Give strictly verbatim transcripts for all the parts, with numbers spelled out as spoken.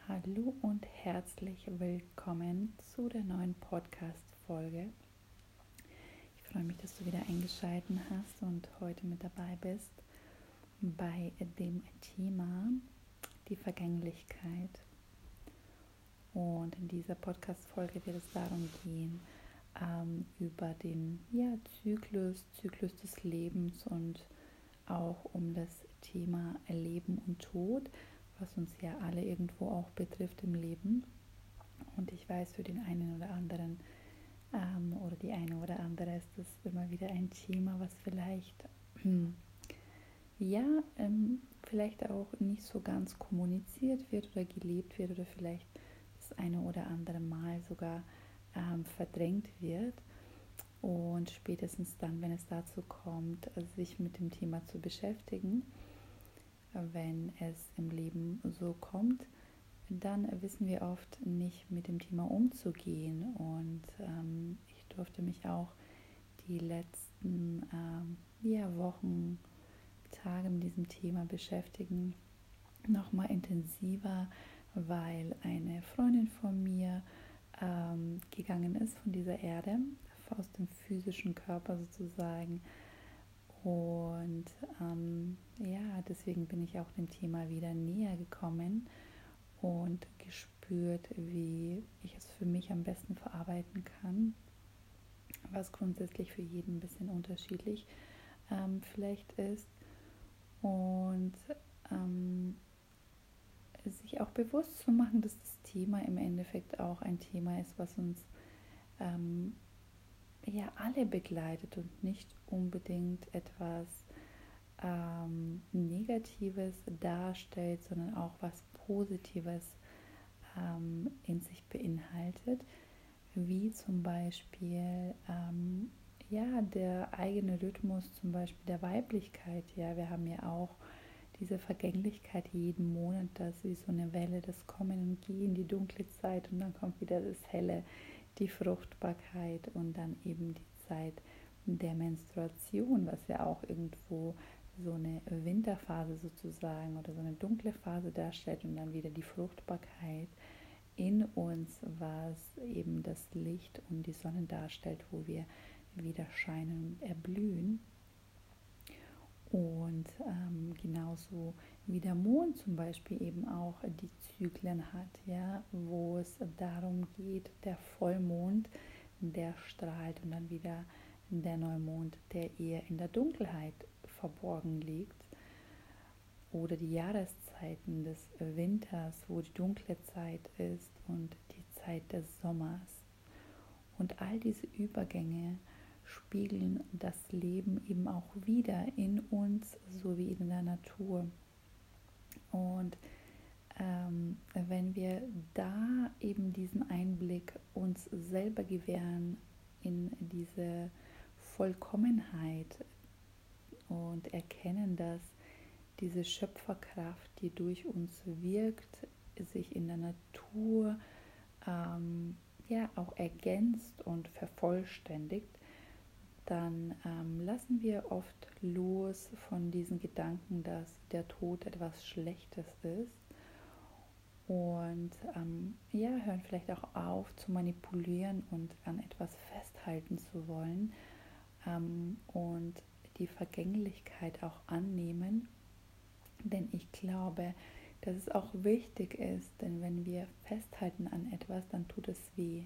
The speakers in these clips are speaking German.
Hallo und herzlich willkommen zu der neuen Podcast-Folge. Ich freue mich, dass du wieder eingeschaltet hast und heute mit dabei bist bei dem Thema die Vergänglichkeit. Und in dieser Podcast-Folge wird es darum gehen, ähm, über den ja, Zyklus, Zyklus des Lebens und auch um das Thema Leben und Tod, was uns ja alle irgendwo auch betrifft im Leben. Und ich weiß, für den einen oder anderen ähm, oder die eine oder andere ist das immer wieder ein Thema, was vielleicht hm, ja, ähm, vielleicht auch nicht so ganz kommuniziert wird oder gelebt wird oder vielleicht das eine oder andere Mal sogar ähm, verdrängt wird. Und spätestens dann, wenn es dazu kommt, sich mit dem Thema zu beschäftigen, wenn es im Leben so kommt, dann wissen wir oft nicht mit dem Thema umzugehen. Und ähm, ich durfte mich auch die letzten ähm, ja, Wochen, Tage mit diesem Thema beschäftigen, nochmal intensiver, weil eine Freundin von mir ähm, gegangen ist von dieser Erde, aus dem physischen Körper sozusagen. Und ähm, ja, deswegen bin ich auch dem Thema wieder näher gekommen und gespürt, wie ich es für mich am besten verarbeiten kann, was grundsätzlich für jeden ein bisschen unterschiedlich ähm, vielleicht ist. Und ähm, sich auch bewusst zu machen, dass das Thema im Endeffekt auch ein Thema ist, was uns ähm, ja alle begleitet und nicht unbedingt etwas ähm, Negatives darstellt, sondern auch was Positives ähm, in sich beinhaltet, wie zum Beispiel ähm, ja, der eigene Rhythmus, zum Beispiel der Weiblichkeit. Ja, wir haben ja auch diese Vergänglichkeit jeden Monat, das ist wie so eine Welle, das Kommen und Gehen, die dunkle Zeit und dann kommt wieder das Helle, die Fruchtbarkeit und dann eben die Zeit der Menstruation, was ja auch irgendwo so eine Winterphase sozusagen oder so eine dunkle Phase darstellt und dann wieder die Fruchtbarkeit in uns, was eben das Licht und die Sonne darstellt, wo wir wieder scheinen und erblühen. Und ähm, genauso wie der Mond zum Beispiel eben auch die Zyklen hat, ja, wo es darum geht, der Vollmond, der strahlt und dann wieder der Neumond, der eher in der Dunkelheit verborgen liegt. Oder die Jahreszeiten des Winters, wo die dunkle Zeit ist und die Zeit des Sommers. Und all diese Übergänge spiegeln das Leben eben auch wieder in uns sowie in der Natur. Und ähm, wenn wir da eben diesen Einblick uns selber gewähren in diese Vollkommenheit und erkennen, dass diese Schöpferkraft, die durch uns wirkt, sich in der Natur ähm, ja auch ergänzt und vervollständigt, dann ähm, lassen wir oft los von diesen Gedanken, dass der Tod etwas Schlechtes ist und ähm, ja, hören vielleicht auch auf zu manipulieren und an etwas festhalten zu wollen ähm, und die Vergänglichkeit auch annehmen. Denn ich glaube, dass es auch wichtig ist, denn wenn wir festhalten an etwas, dann tut es weh.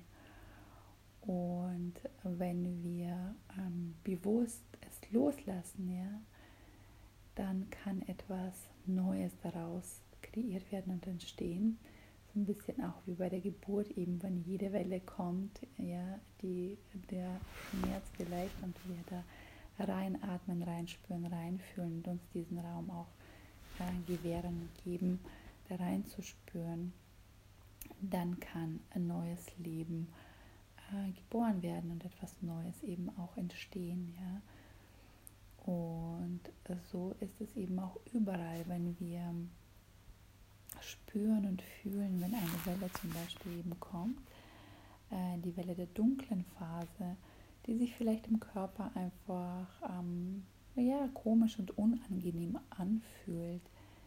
Und wenn wir ähm, bewusst es loslassen, ja, dann kann etwas Neues daraus kreiert werden und entstehen. So ein bisschen auch wie bei der Geburt, eben wenn jede Welle kommt, ja, die, der Schmerz vielleicht und wir da reinatmen, reinspüren, reinfühlen und uns diesen Raum auch äh, gewähren und geben, da reinzuspüren, dann kann ein neues Leben äh, geboren werden und etwas Neues eben auch entstehen, ja. Und so ist es eben auch überall, wenn wir spüren und fühlen, wenn eine Welle zum Beispiel eben kommt, äh, die Welle der dunklen Phase, die sich vielleicht im Körper einfach ähm, ja, komisch und unangenehm anfühlt,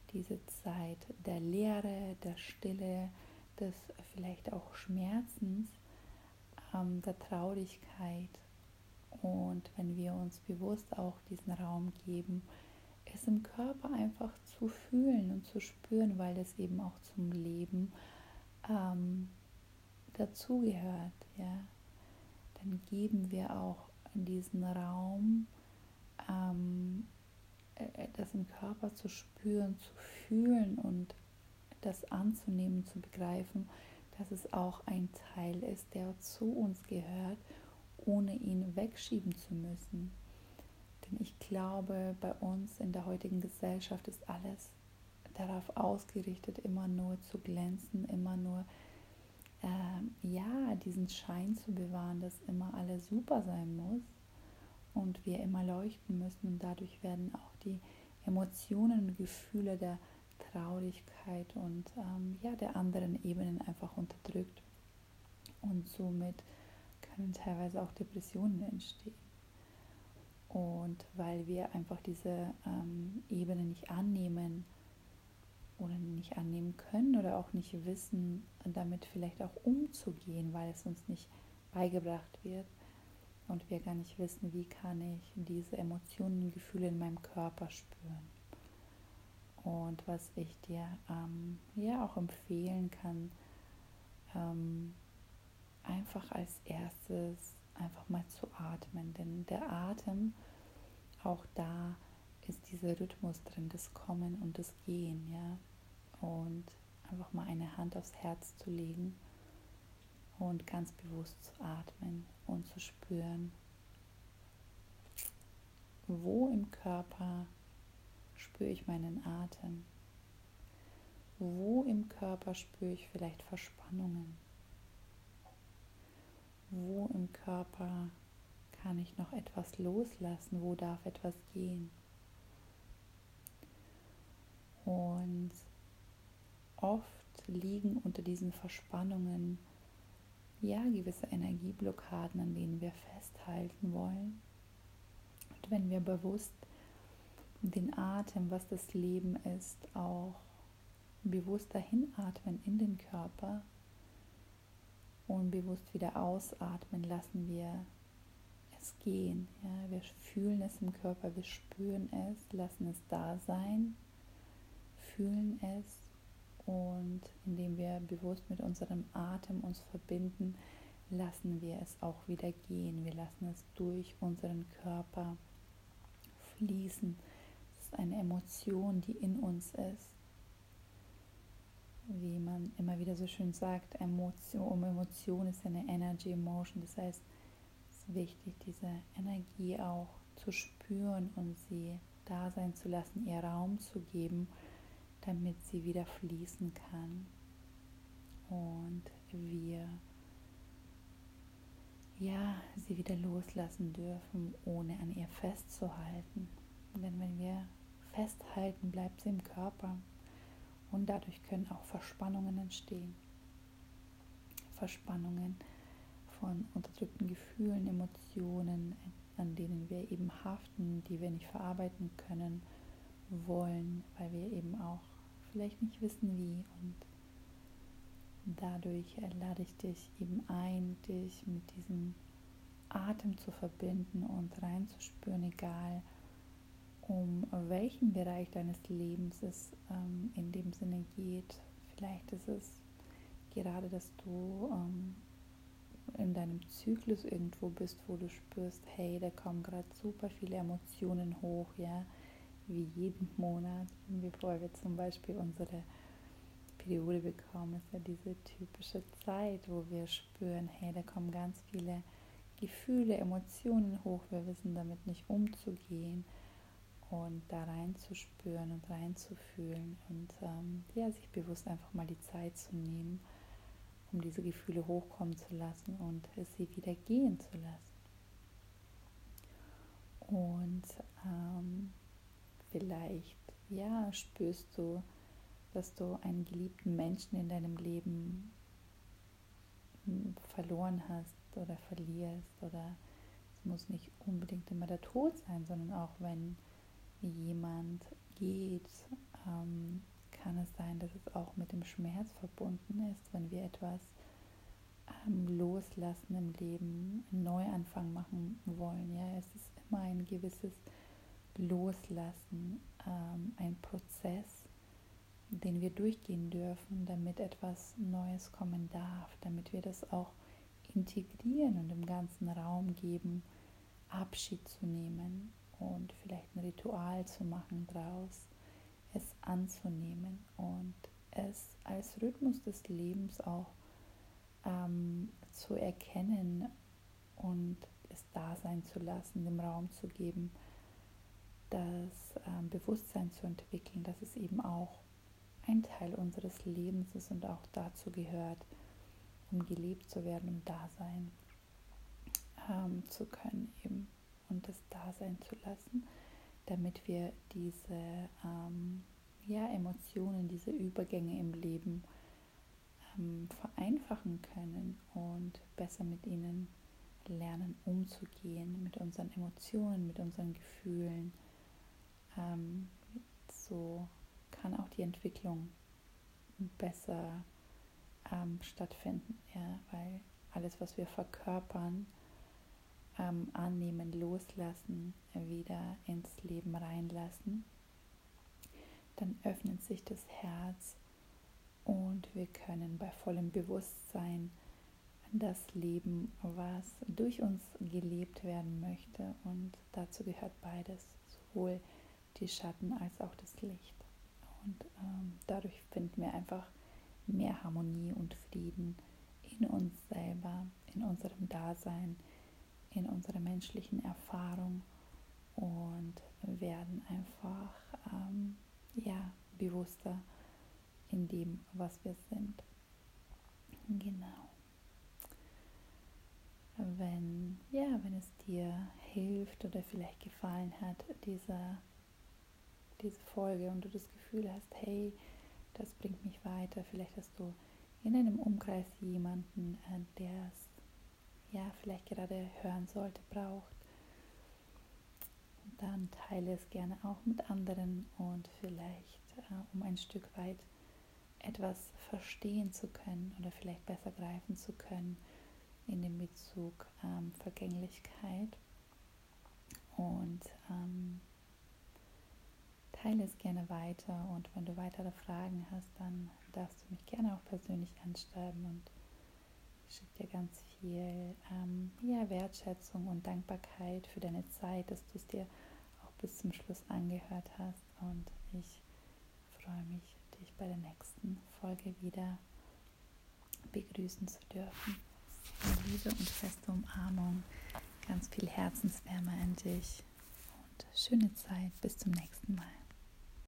diese Zeit der Leere, der Stille, des vielleicht auch Schmerzens, ähm, der Traurigkeit. Und wenn wir uns bewusst auch diesen Raum geben, es im Körper einfach zu fühlen und zu spüren, weil es eben auch zum Leben ähm, dazugehört, ja, dann geben wir auch in diesen Raum, ähm, das im Körper zu spüren, zu fühlen und das anzunehmen, zu begreifen, dass es auch ein Teil ist, der zu uns gehört, ohne ihn wegschieben zu müssen. Denn ich glaube, bei uns in der heutigen Gesellschaft ist alles darauf ausgerichtet, immer nur zu glänzen, immer nur ähm, ja, diesen Schein zu bewahren, dass immer alles super sein muss und wir immer leuchten müssen. Und dadurch werden auch die Emotionen und Gefühle der Traurigkeit und ähm, ja, der anderen Ebenen einfach unterdrückt. Und somit können teilweise auch Depressionen entstehen. Und weil wir einfach diese ähm, Ebene nicht annehmen oder nicht annehmen können oder auch nicht wissen, damit vielleicht auch umzugehen, weil es uns nicht beigebracht wird und wir gar nicht wissen, wie kann ich diese Emotionen und Gefühle in meinem Körper spüren. Und was ich dir ähm, ja auch empfehlen kann, ähm, einfach als erstes einfach mal zu atmen, denn der Atem, auch da ist dieser Rhythmus drin, das Kommen und das Gehen, ja, und einfach mal eine Hand aufs Herz zu legen und ganz bewusst zu atmen und zu spüren, wo im Körper spüre ich meinen Atem, wo im Körper spüre ich vielleicht Verspannungen, wo im Körper kann ich noch etwas loslassen, wo darf etwas gehen. Und oft liegen unter diesen Verspannungen ja gewisse Energieblockaden, an denen wir festhalten wollen. Und wenn wir bewusst den Atem, was das Leben ist, auch bewusst dahin atmen in den Körper und bewusst wieder ausatmen, lassen wir es gehen. Ja? Wir fühlen es im Körper, wir spüren es, lassen es da sein, fühlen es. Und indem wir bewusst mit unserem Atem uns verbinden, lassen wir es auch wieder gehen. Wir lassen es durch unseren Körper fließen. Es ist eine Emotion, die in uns ist. Wie man immer wieder so schön sagt, Emotion, um Emotion ist eine Energy Emotion. Das heißt, es ist wichtig, diese Energie auch zu spüren und sie da sein zu lassen, ihr Raum zu geben, damit sie wieder fließen kann und wir ja, sie wieder loslassen dürfen, ohne an ihr festzuhalten. Denn wenn wir festhalten, bleibt sie im Körper und dadurch können auch Verspannungen entstehen. Verspannungen von unterdrückten Gefühlen, Emotionen, an denen wir eben haften, die wir nicht verarbeiten können, wollen, weil wir eben auch vielleicht nicht wissen wie. Und dadurch lade ich dich eben ein, dich mit diesem Atem zu verbinden und reinzuspüren, egal um welchen Bereich deines Lebens es ähm, in dem Sinne geht. Vielleicht ist es gerade, dass du ähm, in deinem Zyklus irgendwo bist, wo du spürst, hey, da kommen gerade super viele Emotionen hoch, ja, wie jeden Monat, bevor wir zum Beispiel unsere Periode bekommen, ist ja diese typische Zeit, wo wir spüren, hey, da kommen ganz viele Gefühle, Emotionen hoch, wir wissen damit nicht umzugehen und da reinzuspüren und reinzufühlen und ähm, ja, sich bewusst einfach mal die Zeit zu nehmen, um diese Gefühle hochkommen zu lassen und sie wieder gehen zu lassen. Und ähm, vielleicht, ja, spürst du, dass du einen geliebten Menschen in deinem Leben verloren hast oder verlierst, oder es muss nicht unbedingt immer der Tod sein, sondern auch wenn jemand geht, ähm, kann es sein, dass es auch mit dem Schmerz verbunden ist, wenn wir etwas ähm, loslassen im Leben, einen Neuanfang machen wollen. Ja, es ist immer ein gewisses Loslassen, ähm, ein Prozess, den wir durchgehen dürfen, damit etwas Neues kommen darf, damit wir das auch integrieren und dem ganzen Raum geben, Abschied zu nehmen und vielleicht ein Ritual zu machen draus, es anzunehmen und es als Rhythmus des Lebens auch ähm, zu erkennen und es da sein zu lassen, dem Raum zu geben, das ähm, Bewusstsein zu entwickeln, dass es eben auch ein Teil unseres Lebens ist und auch dazu gehört, um gelebt zu werden, um da sein ähm, zu können eben und das da sein zu lassen, damit wir diese ähm, ja, Emotionen, diese Übergänge im Leben ähm, vereinfachen können und besser mit ihnen lernen umzugehen, mit unseren Emotionen, mit unseren Gefühlen. Ähm, so kann auch die Entwicklung besser ähm, stattfinden, ja, weil alles, was wir verkörpern, ähm, annehmen, loslassen, wieder ins Leben reinlassen, dann öffnet sich das Herz und wir können bei vollem Bewusstsein das Leben, was durch uns gelebt werden möchte, und dazu gehört beides, sowohl die Schatten als auch das Licht. Und ähm, dadurch finden wir einfach mehr Harmonie und Frieden in uns selber, in unserem Dasein, in unserer menschlichen Erfahrung und werden einfach ähm, ja, bewusster in dem, was wir sind. Genau. Wenn, ja, wenn es dir hilft oder vielleicht gefallen hat, diese, diese Folge, und du das Gefühl hast, hey, das bringt mich weiter, vielleicht hast du in einem Umkreis jemanden, der es ja vielleicht gerade hören sollte, braucht, dann teile es gerne auch mit anderen und vielleicht, äh, um ein Stück weit etwas verstehen zu können oder vielleicht besser greifen zu können in dem Bezug ähm, Vergänglichkeit. Und ähm, teile es gerne weiter, und wenn du weitere Fragen hast, dann darfst du mich gerne auch persönlich anschreiben, und ich schicke dir ganz viel ähm, ja, Wertschätzung und Dankbarkeit für deine Zeit, dass du es dir auch bis zum Schluss angehört hast, und ich freue mich, dich bei der nächsten Folge wieder begrüßen zu dürfen. Liebe und feste Umarmung, ganz viel Herzenswärme an dich und schöne Zeit. Bis zum nächsten Mal.